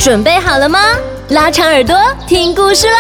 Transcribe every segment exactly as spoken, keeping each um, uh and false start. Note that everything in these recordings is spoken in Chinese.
准备好了吗？拉长耳朵听故事喽！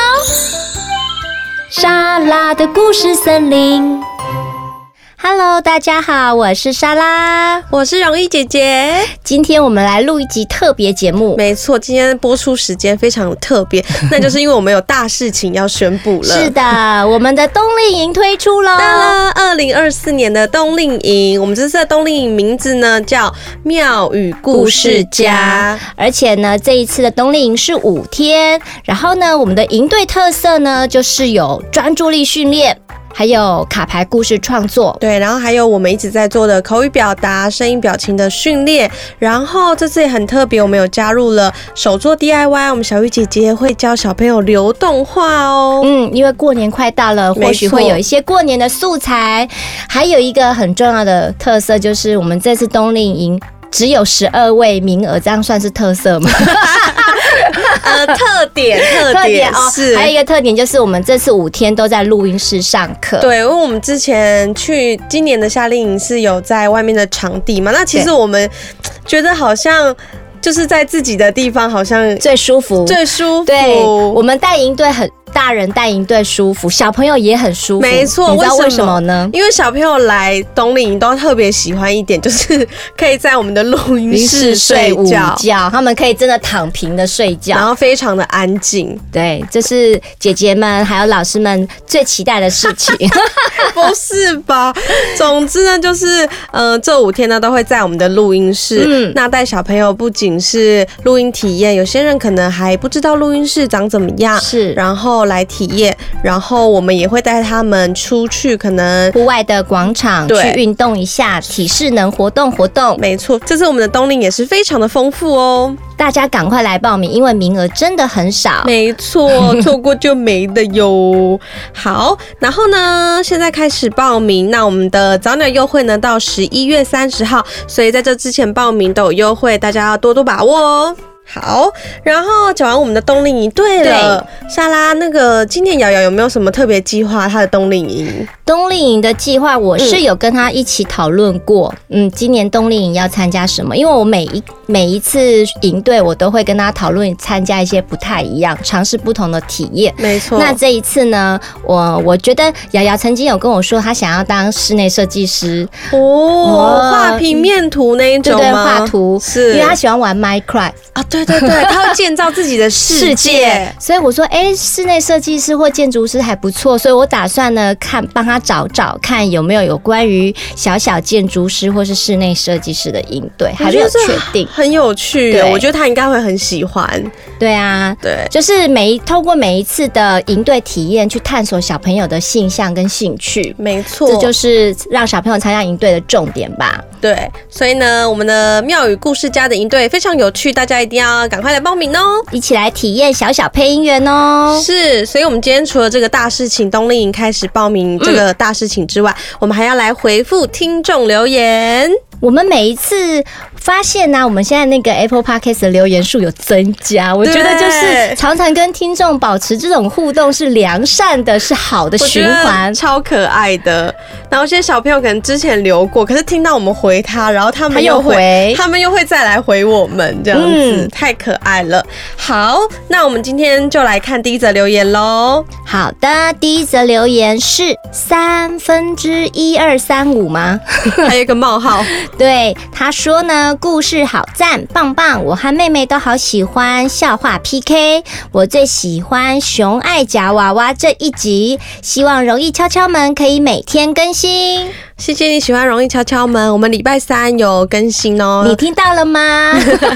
莎拉的故事森林。Hello， 大家好，我是莎拉， 我是容易姐姐。 今天我们来录一集特别节目。 没错，今天播出时间非常特别，那就是因为我们有大事情要宣布了。 是的，我们的冬令营推出了。 到了二零二四年的冬令营，我们这次的冬令营名字呢叫妙语故事家， 而且呢，这一次的冬令营是五天。然后呢，我们的营队特色呢，就是有专注力训练。还有卡牌故事创作， 对，然后还有我们一直在做的口语表达、声音表情的训练，然后这次也很特别，我们有加入了手作 D I Y， 我们小玉姐姐会教小朋友流动画哦。 嗯，因为过年快到了，或许会有一些过年的素材。还有一个很重要的特色就是我们这次冬令营只有十二位名额，这样算是特色吗？ 呃，特点，特点, 特点哦， 是还有一个特点就是我们这次五天都在录音室上课。 对，因为我们之前去今年的夏令营是有在外面的场地嘛，那其实我们觉得好像就是在自己的地方好像最舒服， 最舒服。 对，我们带营队很。大人带营队舒服，小朋友也很舒服。 没错， 你知道为什么呢？ 因为小朋友来冬令营都特别喜欢一点，就是可以在我们的录音室睡午觉，他们可以真的躺平的睡觉， 然后非常的安静。 对，这是姐姐们还有老师们最期待的事情。 不是吧？总之呢，就是呃，这五天呢都会在我们的录音室。嗯，那带小朋友不仅是录音体验，有些人可能还不知道录音室长怎么样， 是， 然后来体验，然后我们也会带他们出去，可能户外的广场去运动一下，体适能活动活动。 没错，这次我们的冬令也是非常的丰富哦。 大家赶快来报名，因为名额真的很少。 没错，错过就没的哟。好，然后呢，现在开始报名。那我们的早鸟优惠呢，到十一月三十号，所以在这之前报名都有优惠，大家要多多把握哦。好，然后讲完我们的冬令营，对了，莎拉，那个今年瑶瑶有没有什么特别计划？她的冬令营， 冬令营的计划我是有跟她一起讨论过。嗯，今年冬令营要参加什么？因为我每一每一次营队，我都会跟她讨论参加一些不太一样，尝试不同的体验。 没错。 那这一次呢，我我觉得瑶瑶曾经有跟我说，她想要当室内设计师哦，画平面图那一种吗？ 对对，画图， 是因为她喜欢玩 Minecraft 啊。对对对，他会建造自己的世界， 所以我说，哎、欸，室内设计师或建筑师还不错，所以我打算呢，看帮他找找看有没有有关于小小建筑师或是室内设计师的营队，还没有确定， 很有趣，我觉得他应该会很喜欢。 对啊， 对， 就是每一透过每一次的营队体验，去探索小朋友的性向跟兴趣， 没错， 这就是让小朋友参加营队的重点吧。 对，所以呢，我们的妙语故事家的营队非常有趣，大家一定要赶快来报名哦， 一起来体验小小配音员哦。 是，所以我们今天除了这个大事情冬令营开始报名这个大事情之外，嗯、我们还要来回复听众留言。 我们每一次发现呢、啊，我们现在那个 Apple Podcast 的留言数有增加，我觉得就是常常跟听众保持这种互动是良善的，是好的循环， 超可爱的。然后有些小朋友可能之前留过，可是听到我们回他，然后他们又会，他, 回他们又会再来回我们，这样子、嗯、太可爱了。好，那我们今天就来看第一则留言咯。 好的，第一则留言是三分之一二三五吗？ 还有一个冒号。 对，他说呢，故事好赞，棒棒，我和妹妹都好喜欢笑话 P K， 我最喜欢熊爱夹娃娃这一集，希望容易敲敲门可以每天更新。 谢谢你喜欢容易敲敲门，我们礼拜三有更新哦， 你听到了吗？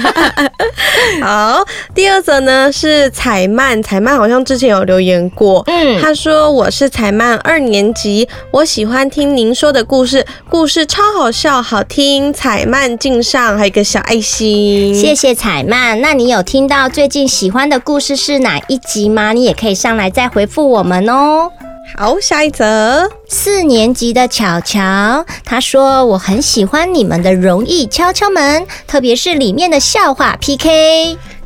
好，第二则呢是彩曼，彩曼好像之前有留言过，嗯，他说我是彩曼二年级，我喜欢听您说的故事，故事超好笑好听，彩曼敬上，还有一个小爱心， 谢谢彩曼。那你有听到最近喜欢的故事是哪一集吗？你也可以上来再回复我们哦。 好，下一则， 四年级的巧巧，他说我很喜欢你们的容易敲敲门，特别是里面的笑话 P K。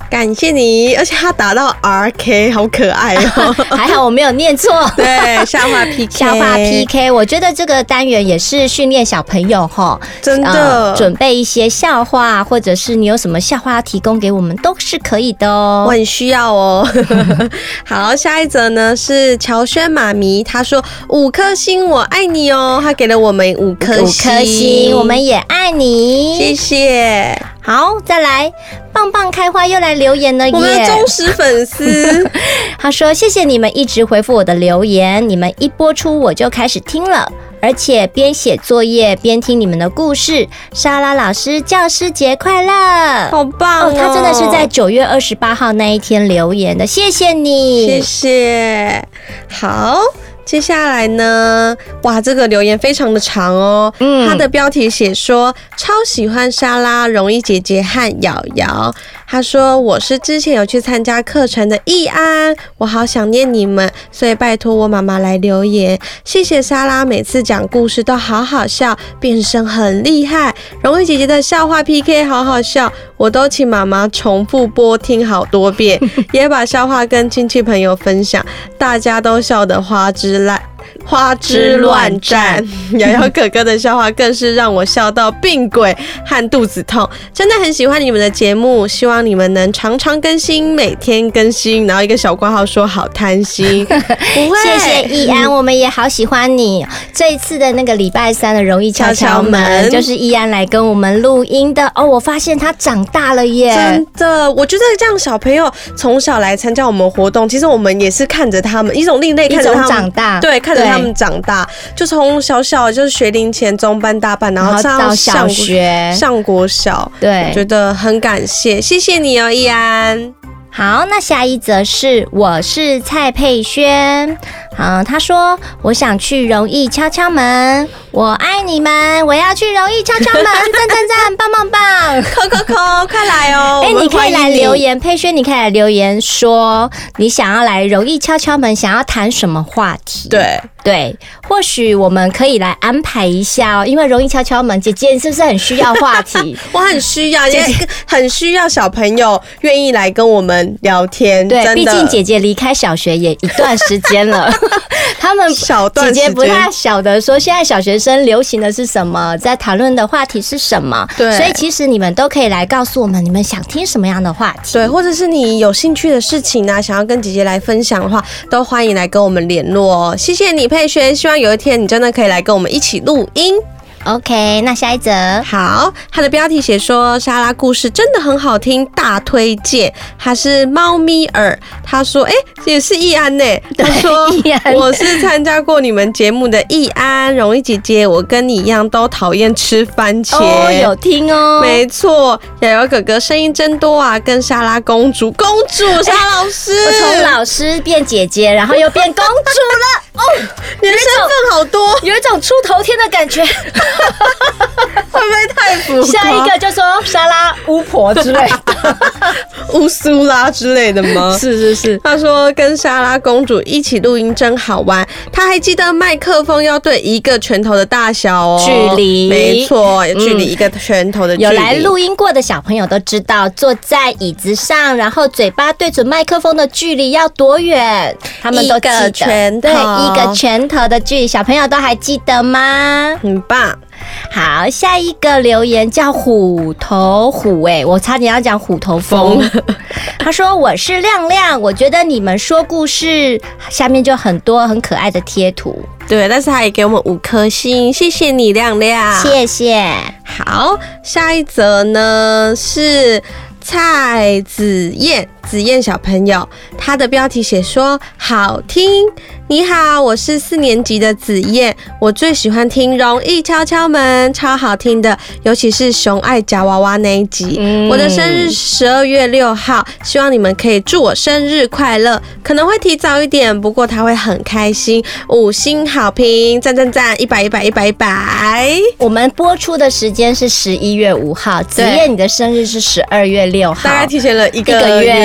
感谢你，而且他打到 R K， 好可爱哦。 还好我没有念错。 对，笑话 P K， 笑话 P K， 我觉得这个单元也是训练小朋友哈， 真的、呃、 准备一些笑话，或者是你有什么笑话提供给我们，都是可以的哦。 我很需要哦。好，下一则呢是乔轩妈咪，她说五颗星，我爱你哦，她给了我们五颗星，五颗星，我们也爱你， 谢谢。 好，再来，棒棒开花又来留言了耶！ 我们的忠实粉丝， 他说：“谢谢你们一直回复我的留言，你们一播出我就开始听了，而且边写作业边听你们的故事。莎拉老师，教师节快乐！ 好棒哦！ 哦他真的是在九月二十八号那一天留言的，谢谢你， 谢谢。好。”接下来呢？哇，这个留言非常的长哦。嗯，它的标题写说超喜欢莎拉、容易姐姐和瑶瑶。他说我是之前有去参加课程的易安，我好想念你们，所以拜托我妈妈来留言。谢谢莎拉，每次讲故事都好好笑，变身很厉害。容易姐姐的笑话 P K 好好笑，我都请妈妈重复播听好多遍，也把笑话跟亲戚朋友分享，大家都笑得花枝乱花枝乱颤。瑶瑶哥哥的笑话更是让我笑到病鬼和肚子痛，真的很喜欢你们的节目，希望你们能常常更新，每天更新。然后一个小括号说好贪心，不会， 谢谢易安，我们也好喜欢你。这一次的那个礼拜三的容易敲敲门，就是易安来跟我们录音的哦。我发现他长大了耶， 真的，我觉得这样小朋友从小来参加我们活动，其实我们也是看着他们一种另类，看着他们长大， 对，看着他们长大，就从小小就是学龄前、中班、大班，然后到小学、 上国小， 对， 我觉得很感谢，谢谢你哦，易安。 好，那下一则是我是蔡佩萱，嗯，他说我想去容易敲敲门，我爱你们，我要去容易敲敲门，赞赞赞，棒棒棒， 扣扣扣，快来哦！ 哎、欸，你可以来留言，佩萱，你可以来留言说你想要来容易敲敲门，想要谈什么话题？ 对对，或许我们可以来安排一下哦，因为容易敲敲门，姐姐你是不是很需要话题？ 我很需要，也很需要小朋友愿意来跟我们聊天。 对，毕竟姐姐离开小学也一段时间了，他们小段姐姐不太晓得说现在小学生流行的是什么，在谈论的话题是什么。 对， 所以其实你们都可以来告诉我们，你们想听什么样的话题？ 对，或者是你有兴趣的事情啊，想要跟姐姐来分享的话，都欢迎来跟我们联络哦。谢谢你，佩萱，希望有一天你真的可以来跟我们一起录音。 OK， 那下一则好，它的标题写说莎拉故事真的很好听，大推荐。他是猫咪耳，他说，哎、欸，也是易安呢。他说我是参加过你们节目的易安，容易姐姐，我跟你一样都讨厌吃番茄。 哦，有听哦， 没错。瑶瑶哥哥声音真多啊，跟莎拉公主，公主莎拉老师， 我从老师变姐姐，然后又变公主了。哦， 你的身份好多， 有一种出头天的感觉。 会不会太浮夸？ 下一个就说莎拉巫婆之类的， 乌苏拉之类的吗？ 是是是。 他说跟莎拉公主一起录音真好玩，他还记得麦克风要对一个拳头的大小哦， 距离， 没错，距离一个拳头的距离。 有来录音过的小朋友都知道，坐在椅子上，然后嘴巴对准麦克风的距离要多远，他们都记得。 一个拳头， 对，一个拳头的距离，小朋友都还记得吗？ 很棒。 好，下一个留言叫虎头虎，哎，我差点要讲虎头蜂。他说我是亮亮，我觉得你们说故事下面就很多很可爱的贴图。 对，但是他也给我们五颗星，谢谢你亮亮， 谢谢。 好，下一则呢是蔡子燕，子燕小朋友，他的标题写说好听。你好，我是四年级的子燕，我最喜欢听容易敲敲门，超好听的，尤其是熊爱夹娃娃那一集。嗯、我的生日十二月六号，希望你们可以祝我生日快乐，可能会提早一点，不过他会很开心。五星好评，赞赞赞，一百一百一百一百。 我们播出的时间是十一月五号，子燕你的生日是十二月六号， 大概提前了一个月。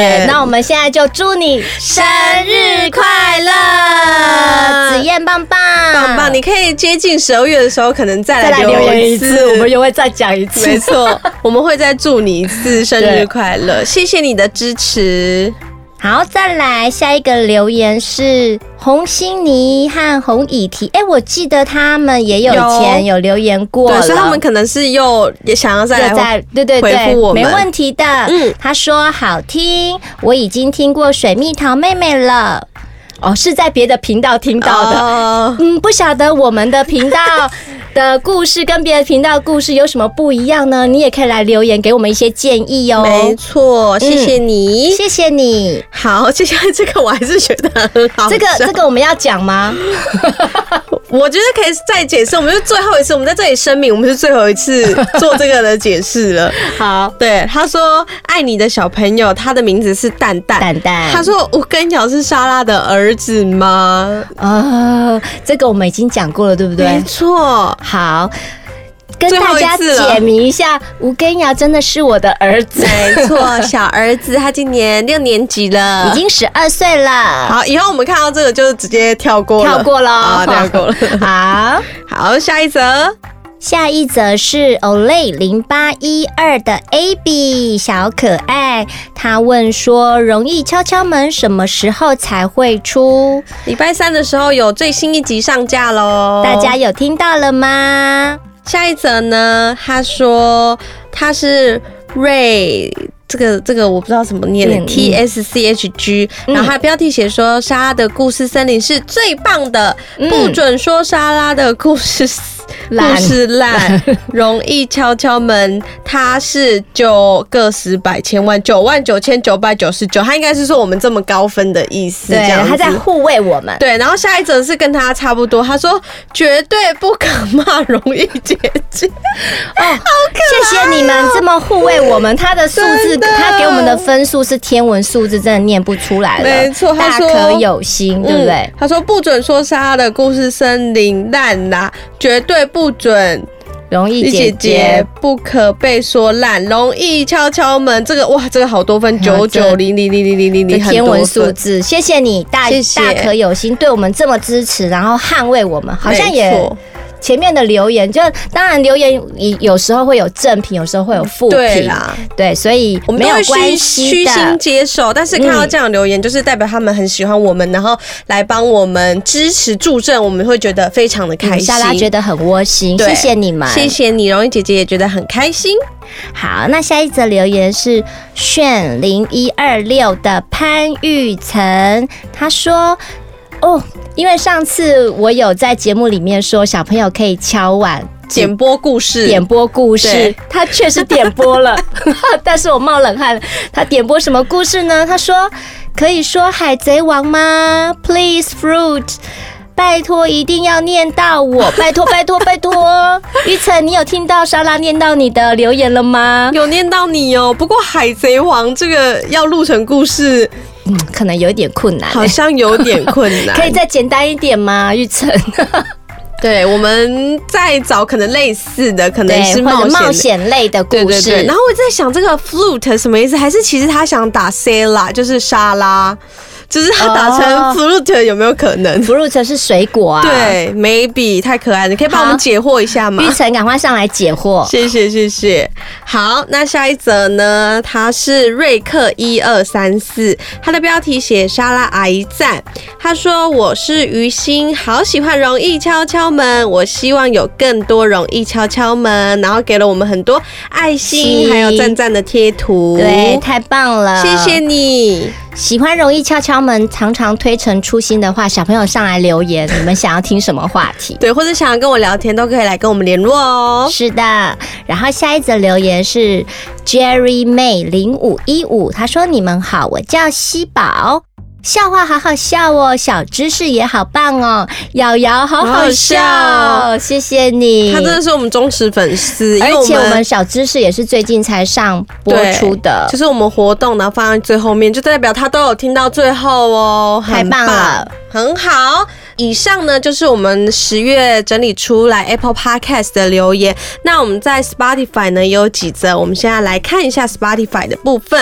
对，那我们现在就祝你生日快乐，子燕棒棒棒棒！你可以接近十二月的时候，可能再来留言一次， 我们又会再讲一次。 没错，我们会再祝你一次生日快乐，谢谢你的支持。 好，再来下一个留言是洪欣妮和洪以提，哎、欸，我记得他们也有以前有留言过了， 对，所以他们可能是又也想要再来再对对对回复我们， 没问题的。嗯，他说好听，我已经听过水蜜桃妹妹了。哦，是在别的频道听到的。Oh. 嗯，不晓得我们的频道的故事跟别的频道的故事有什么不一样呢？你也可以来留言给我们一些建议哦。 没错，谢谢你、 嗯，谢谢你。 好，接下来这个我还是觉得很好笑。 这个这个我们要讲吗？ 我觉得可以再解释，我们是最后一次，我们在这里声明，我们是最后一次做这个的解释了。 好， 对，他说爱你的小朋友，他的名字是蛋蛋。 蛋蛋， 他说我跟鸟是莎拉的儿子吗？ 啊，这个我们已经讲过了，对不对？ 没错。 好。跟大家解明一下，吴根瑶真的是我的儿子， 没错，小儿子，他今年六年级了， 已经十二岁了。 好，以后我们看到这个就直接跳过了， 跳过了， 啊，跳过了。 好， 好，下一则。 下一则是 Olay 零八一二的 Abby 小可爱，他问说：容易敲敲门什么时候才会出？ 礼拜三的时候有最新一集上架咯， 大家有听到了吗？ 下一则呢？他说他是 Ray。这个这个我不知道怎么念的、嗯、T S C H G，、嗯、然后他的标题写说莎拉的故事森林是最棒的，嗯、不准说莎拉的故事故事烂，容易敲敲门，他是九个十百千万九万九千九百九十九，他应该是说我们这么高分的意思， 对，他在护卫我们。 对，然后下一则是跟他差不多，他说绝对不可骂容易姐姐，哦，好可爱、哦， 谢谢你们这么护卫我们，他的数字。他给我们的分数是天文数字，真的念不出来了。 没错， 大可有心，对不对、嗯？ 他说不准说莎拉的故事森林烂啦，绝对不准。 容易姐姐, 姐姐不可被说烂，容易敲敲门。这个哇，这个好多分，九九零零零零零零零， 天文数字。谢谢你，大谢谢大可有心，对我们这么支持，然后捍卫我们，好像也。前面的留言就当然留言有时候会有正评，有时候会有负评，对啦，对，所以我们都会虚虚心接受。但是看到这样的留言，就是代表他们很喜欢我们，然后来帮我们支持助阵，我们会觉得非常的开心。 莎拉觉得很窝心，谢谢你们， 谢谢你，容易姐姐也觉得很开心。 好，那下一则留言是炫零一二六的潘玉成，他说。哦，因为上次我有在节目里面说小朋友可以敲碗点播故事， 点播故事，他确实点播了，但是我冒冷汗了。他点播什么故事呢？他说可以说海贼王吗 ？Please fruit。拜托，一定要念到我！拜托，拜托，拜托！玉成，你有听到莎拉念到你的留言了吗？ 有念到你哦。不过《海贼王》这个要录成故事， 嗯，可能有点困难、欸， 好像有点困难。 可以再简单一点吗，玉成？ 对，我们再找可能类似的，可能是冒险冒险类的故事。对对对。 然后我在想，这个 flute 什么意思？还是其实他想打 Sela， 就是莎拉。只是他打成 fruit 有没有可能 ？fruit 是水果啊。 对 ，maybe 太可爱了，你可以帮我们解惑一下吗？ 玉成，赶快上来解惑。 谢谢谢谢。好，那下一则呢？他是瑞克一二三四，他的标题写莎拉阿姨赞。他说我是于心，好喜欢容易敲敲门，我希望有更多容易敲敲门，然后给了我们很多爱心，还有赞赞的贴图。 对，太棒了， 谢谢你。 喜欢容易敲敲门，常常推陈出新的话，小朋友上来留言，你们想要听什么话题？ 对，或者想要跟我聊天，都可以来跟我们联络哦。 是的，然后下一则留言是 Jerry May 零五一五，他说：“你们好，我叫西宝。”笑话好好笑哦，小知识也好棒哦，瑶瑶好好笑，好好笑，谢谢你， 他真的是我们忠实粉丝， 而且我们小知识也是最近才上播出的， 就是我们活动然后放在最后面，就代表他都有听到最后哦， 太棒了， 很好。以上呢就是我们十月整理出来 Apple Podcast 的留言，那我们在 Spotify 呢也有几则，我们现在来看一下 Spotify 的部分。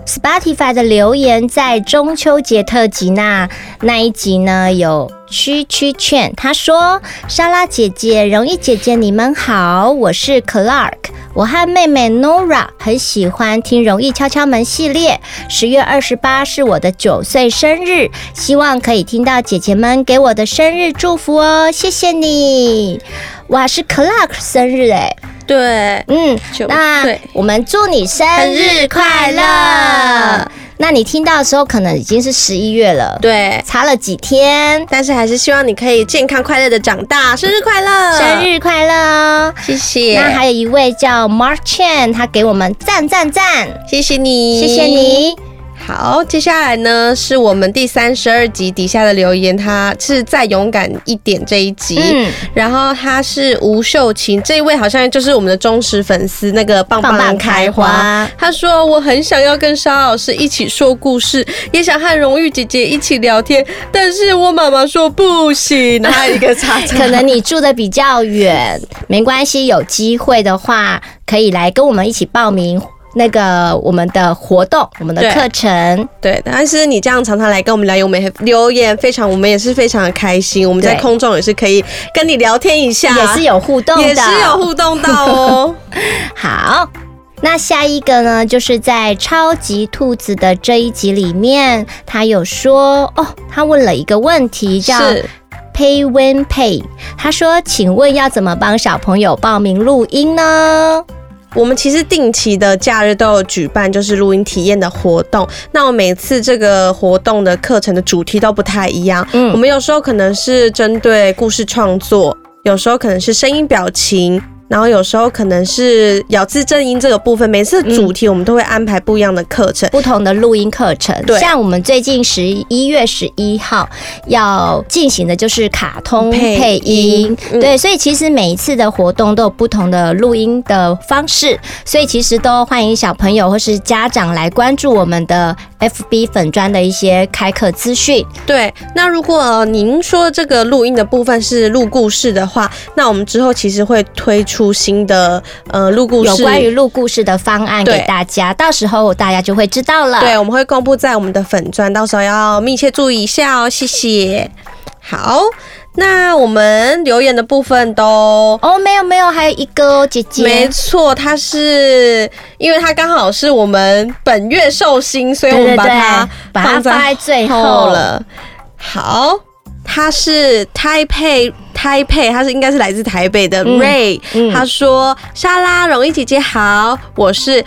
Spotify 的留言，在中秋节特辑那那一集呢，有区区劝，他说：莎拉姐姐、容易姐姐，你们好，我是 Clark， 我和妹妹 Nora 很喜欢听容易敲敲门系列。十月二十八是我的九岁生日，希望可以听到姐姐们给我的生日祝福哦，谢谢你。哇，是 Clark 生日哎。 对， 嗯，那我们祝你生日快乐。那你听到的时候，可能已经是十一月了， 对， 差了几天， 但是还是希望你可以健康快乐的长大，生日快乐， 生日快乐哦， 谢谢。 那还有一位叫 Mark Chen， 他给我们赞赞赞， 谢谢你， 谢谢你。 好，接下来呢是我们第三十二集底下的留言，他是再勇敢一点这一集，嗯，然后他是吴秀琴，这一位好像就是我们的忠实粉丝，那个棒棒开花。棒棒他说我很想要跟莎老师一起说故事，也想和荣誉姐姐一起聊天，但是我妈妈说不行，还有一个叉叉。 可能你住的比较远，没关系，有机会的话可以来跟我们一起报名。那个我们的活动，我们的课程， 对，对，但是你这样常常来跟我们聊，我们留言非常，我们也是非常的开心。我们在空中也是可以跟你聊天一下， 也是有互动的， 也是有互动到哦。 好，那下一个呢，就是在超级兔子的这一集里面，他有说哦，他问了一个问题，叫 Pay when pay， 他说，请问要怎么帮小朋友报名录音呢？ 我们其实定期的假日都有举办，就是录音体验的活动。那我每次这个活动的课程的主题都不太一样。嗯，我们有时候可能是针对故事创作，有时候可能是声音表情，然后有时候可能是咬字正音这个部分。每次的主题我们都会安排不一样的课程， 不同的录音课程。对，像我们最近十一月十一号要进行的就是卡通配音，嗯、对，所以其实每一次的活动都有不同的录音的方式，所以其实都欢迎小朋友或是家长来关注我们的 F B 粉专的一些开课资讯。 对，那如果您说这个录音的部分是录故事的话，那我们之后其实会推出新的呃录故事， 有关于录故事的方案给大家，到时候大家就会知道了。 对，我们会公布在我们的粉专，到时候要密切注意一下哦，谢谢。好，那我们留言的部分都哦，没有没有，还有一个哦，姐姐， 没错，它是因为它刚好是我们本月寿星，所以我们把它放在最后了。好。他是台北，台北，他是应该是来自台北的 Ray，嗯嗯、他说：“莎拉，容易姐姐好，我是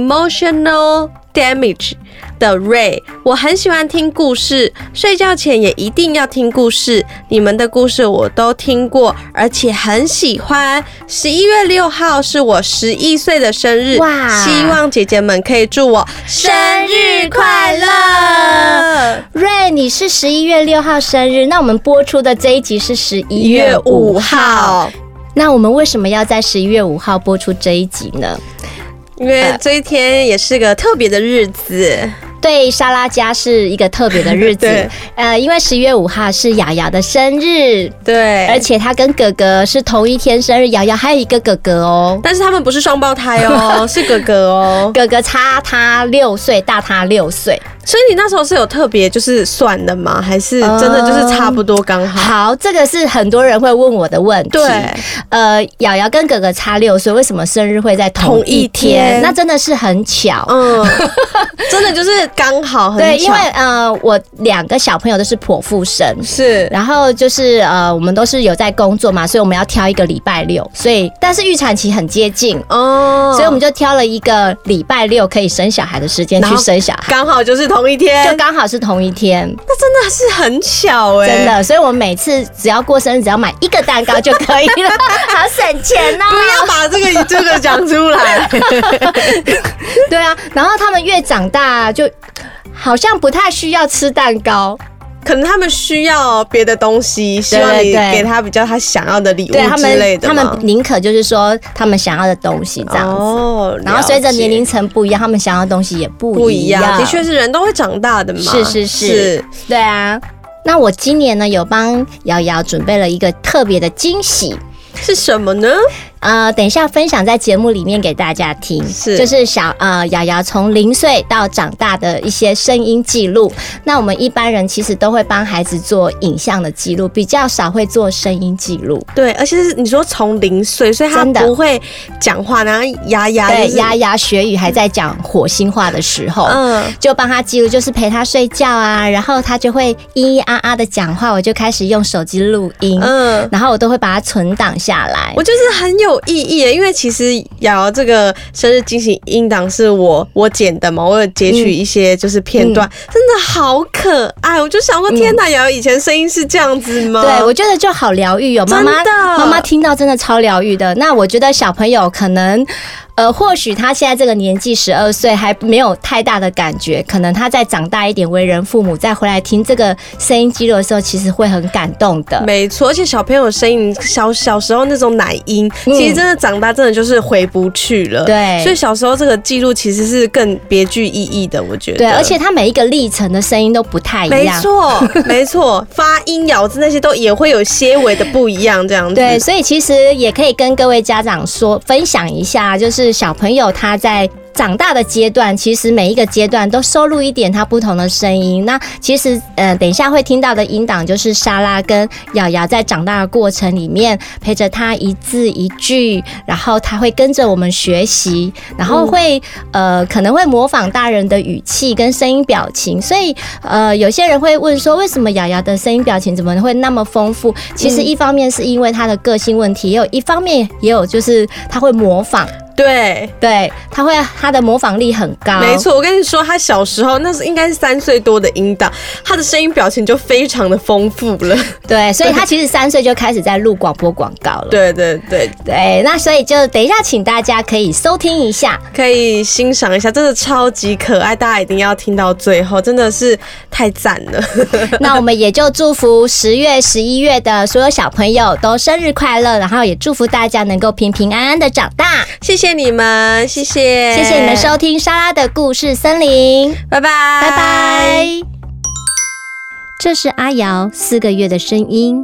Emotional Damage 的 Ray， 我很喜欢听故事，睡觉前也一定要听故事。你们的故事我都听过，而且很喜欢。十一月六号是我十一岁的生日，哇！希望姐姐们可以祝我生日快乐。 Ray， 你是十一月六号生日，那我们播出的这一集是十一月五号。那我们为什么要在十一月五号播出这一集呢？ 因为这一天也是个特别的日子。 对，莎拉家是一个特别的日子，呃，因为十一月五号是瑶瑶的生日， 对， 而且她跟哥哥是同一天生日，瑶瑶还有一个哥哥哦， 但是他们不是双胞胎哦，是哥哥哦， 哥哥差他六岁，大他六岁。 所以你那时候是有特别就是算的吗？还是真的就是差不多刚好？ 嗯、好，这个是很多人会问我的问题。 对， 呃，瑶瑶跟哥哥差六岁，为什么生日会在同一天？同一天那真的是很巧，嗯， 真的就是刚好很巧。 对，因为呃，我两个小朋友都是剖腹生， 是， 然后就是呃，我们都是有在工作嘛，所以我们要挑一个礼拜六，所以但是预产期很接近哦，所以我们就挑了一个礼拜六可以生小孩的时间去生小孩， 刚好就是同。同一天， 就刚好是同一天， 那真的是很巧哎、欸， 真的，所以我每次只要过生日，只要买一个蛋糕就可以了，好省钱哦！ 不要把这个这个讲出来。 对啊，然后他们越长大，就好像不太需要吃蛋糕。 可能他们需要别的东西，希望你给他比较他想要的礼物之类的。 他们宁可就是说他们想要的东西这样子。哦，然后随着年龄层不一样，他们想要的东西也不一样。 不一样，的确是人都会长大的嘛。 是是 是, 是，对啊。那我今年呢有帮瑶瑶准备了一个特别的惊喜。 是什么呢？ 呃，等一下分享在节目里面给大家听， 是就是小呃瑶瑶从零岁到长大的一些声音记录。那我们一般人其实都会帮孩子做影像的记录，比较少会做声音记录。 对，而且是你说从零岁，所以他不会讲话，然后牙牙、就是、 对牙牙学语，还在讲火星话的时候，嗯，就帮他记录，就是陪他睡觉啊，然后他就会咿咿啊啊的讲话，我就开始用手机录音，嗯，然后我都会把它存档下来。 我就是很有意义耶，因为其实瑶瑶这个生日惊喜音档是我我剪的嘛，我有截取一些就是片段，嗯、真的好可爱。我就想说，天哪，瑶瑶以前声音是这样子吗？ 对，我觉得就好疗愈哦，妈妈妈妈听到真的超疗愈的。那我觉得小朋友可能。呃，或许他现在这个年纪十二岁还没有太大的感觉，可能他在长大一点，为人父母再回来听这个声音记录的时候，其实会很感动的。 没错，而且小朋友声音小小时候那种奶音，嗯、其实真的长大真的就是回不去了。 对， 所以小时候这个记录其实是更别具意义的，我觉得。 对，而且他每一个历程的声音都不太一样。 没错，没错，发音、咬字那些都也会有些微的不一样，这样子。 对，所以其实也可以跟各位家长说分享一下，就是小朋友他在长大的阶段，其实每一个阶段都收录一点他不同的声音。那其实呃，等一下会听到的音档就是莎拉跟瑶瑶在长大的过程里面陪着他一字一句，然后他会跟着我们学习，然后会呃可能会模仿大人的语气跟声音表情。所以呃有些人会问说，为什么瑶瑶的声音表情怎么会那么丰富？其实一方面是因为他的个性问题，也有一方面也有就是他会模仿。 对对，他会他的模仿力很高。 没错，我跟你说，他小时候那是应该是三岁多的音档，他的声音表情就非常的丰富了。 对，所以他其实三岁就开始在录广播广告了。 对对对对，那所以就等一下，请大家可以收听一下， 可以欣赏一下，真的超级可爱，大家一定要听到最后，真的是太赞了。 那我们也就祝福十月、十一月的所有小朋友都生日快乐，然后也祝福大家能够平平安安的长大。 谢谢你们，谢谢， 谢谢你们收听莎拉的故事森林， 拜拜， 拜拜。这是阿瑶四个月的声音，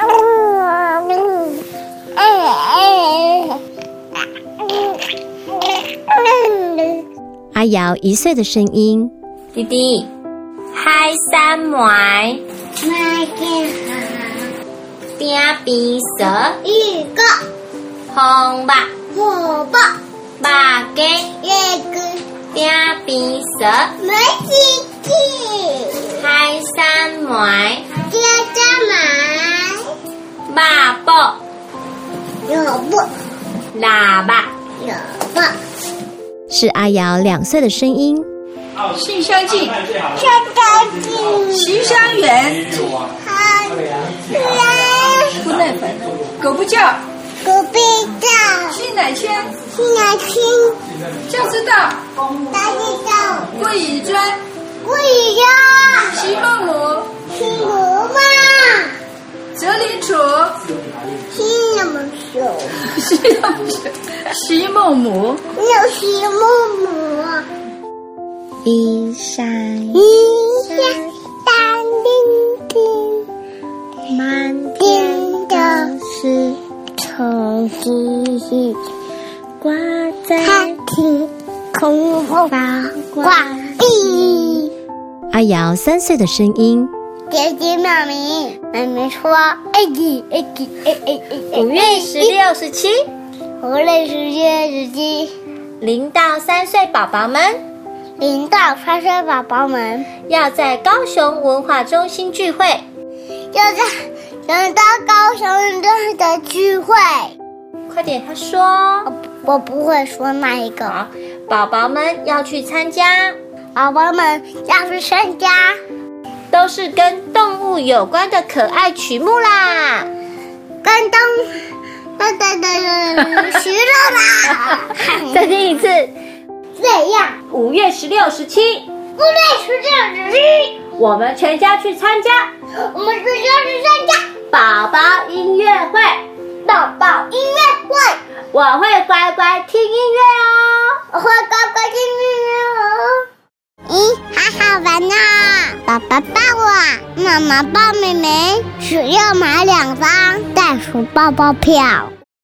阿瑶一岁的声音，弟弟，海山埋，埋件好，边边蛇，一个，红白。我爸爸给一个边边蛇，没几句，海山埋，接着埋，爸爸，喇叭，喇叭，喇叭，是阿瑶两岁的声音。 信箱记， 香香记， 徐香园， 好来， 不耐烦，狗不叫。 隔壁的新奶圈， 新奶圈， 教之道， 大知道， 桂乙尊， 桂乙尊， 席梦母， 西罗嘛， 泽林楚， 西那么熟， 席梦母，席梦母， 有席梦母， 一闪一闪闪叮叮， 满天都是从地挂在天空发挂壁。 阿瑶三岁的声音。 姐姐妈咪，妈咪说，哎叽哎叽哎哎哎。 五月十六、十七， 五月十六、十七， 零到三岁宝宝们， 零到三岁宝宝们要在高雄文化中心聚会， 要在要到高雄的聚会。 快点，他说， 我不会说那一个。 好，宝宝们要去参加， 宝宝们要去参加， 都是跟动物有关的可爱曲目啦， 跟动对对对对徐乐啦。 再听一次， 这样。 五月十六、十七， 五月十六、十七， 我们全家去参加， 我们全家去参加宝宝音乐会。 宝宝音乐会， 我会乖乖听音乐哦， 我会乖乖听音乐哦。咦，好好玩啊！爸爸抱我，妈妈抱妹妹，只要买两张袋鼠抱抱票。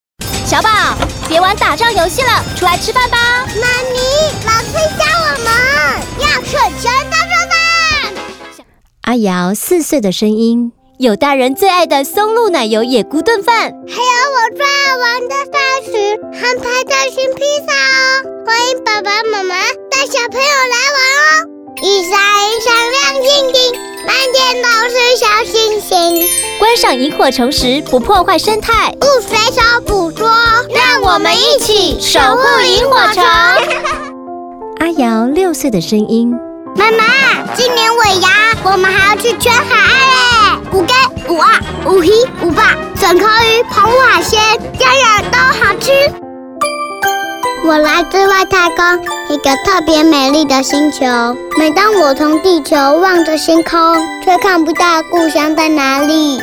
小宝，别玩打仗游戏了，出来吃饭吧。 妈咪，老师教我们要吃全都吃饭。 阿瑶四岁的声音，有大人最爱的松露奶油野菇炖饭， 还有我最爱玩的大食和派大星披萨哦！欢迎爸爸妈妈带小朋友来玩哦！一闪一闪亮晶晶，满天都是小星星。 观赏萤火虫时不破坏生态， 不随手捕捉， 让我们一起守护萤火虫。阿瑶六岁的声音， 妈妈，今年尾牙我们还要去圈海岸嘞！五根、五二、五鱼、五霸、整口鱼、澎湖海鲜，样样都好吃。我来自外太空，一个特别美丽的星球。每当我从地球望着星空，却看不到故乡在哪里。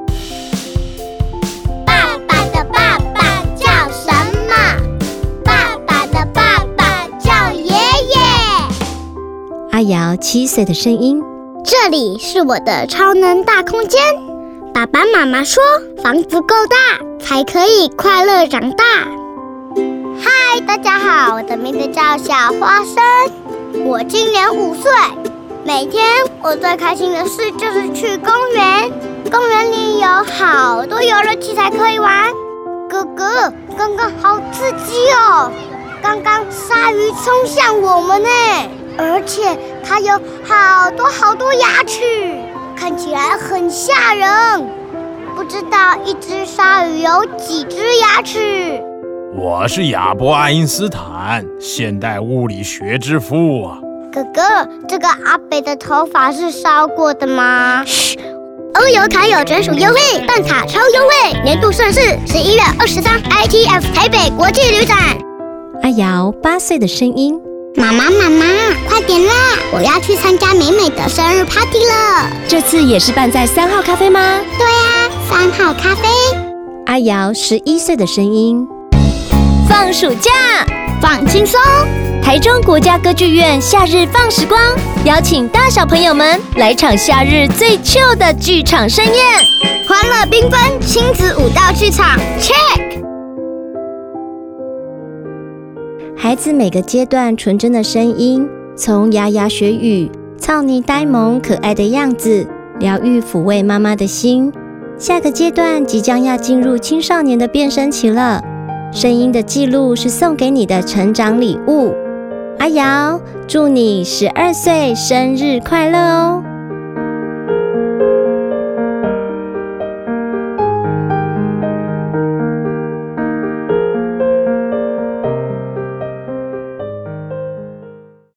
爸爸的爸爸叫什么？爸爸的爸爸叫爷爷。 阿瑶七岁的声音， 这里是我的超能大空间。爸爸妈妈说，房子够大才可以快乐长大。嗨，大家好，我的名字叫小花生，我今年五岁。每天我最开心的事就是去公园，公园里有好多游乐器材可以玩。哥哥，刚刚好刺激哦！刚刚鲨鱼冲向我们呢，而且它有好多好多牙齿，看起来很吓人。不知道一只鲨鱼有几只牙齿？ 我是亚伯爱因斯坦，现代物理学之父啊！ 哥哥，这个阿北的头发是烧过的吗？嘘，欧游卡有专属优惠，办卡超优惠，年度盛事十一月二十三 I T F 台北国际旅展。 阿瑶八岁的声音， 妈妈妈妈，快点啦！我要去参加美美的生日 party 了。 这次也是办在三号咖啡吗？ 对啊，三号咖啡。 阿瑶十一岁的声音，放暑假， 放轻松。 台中国家歌剧院夏日放时光，邀请大小朋友们来场夏日最 chill 的剧场盛宴， 欢乐缤纷亲子舞蹈剧场 check。 孩子每个阶段纯真的声音，从牙牙学语、操泥呆萌可爱的样子，疗愈抚慰妈妈的心。下个阶段即将要进入青少年的变声期了，声音的记录是送给你的成长礼物。阿瑶，祝你十二岁生日快乐哦！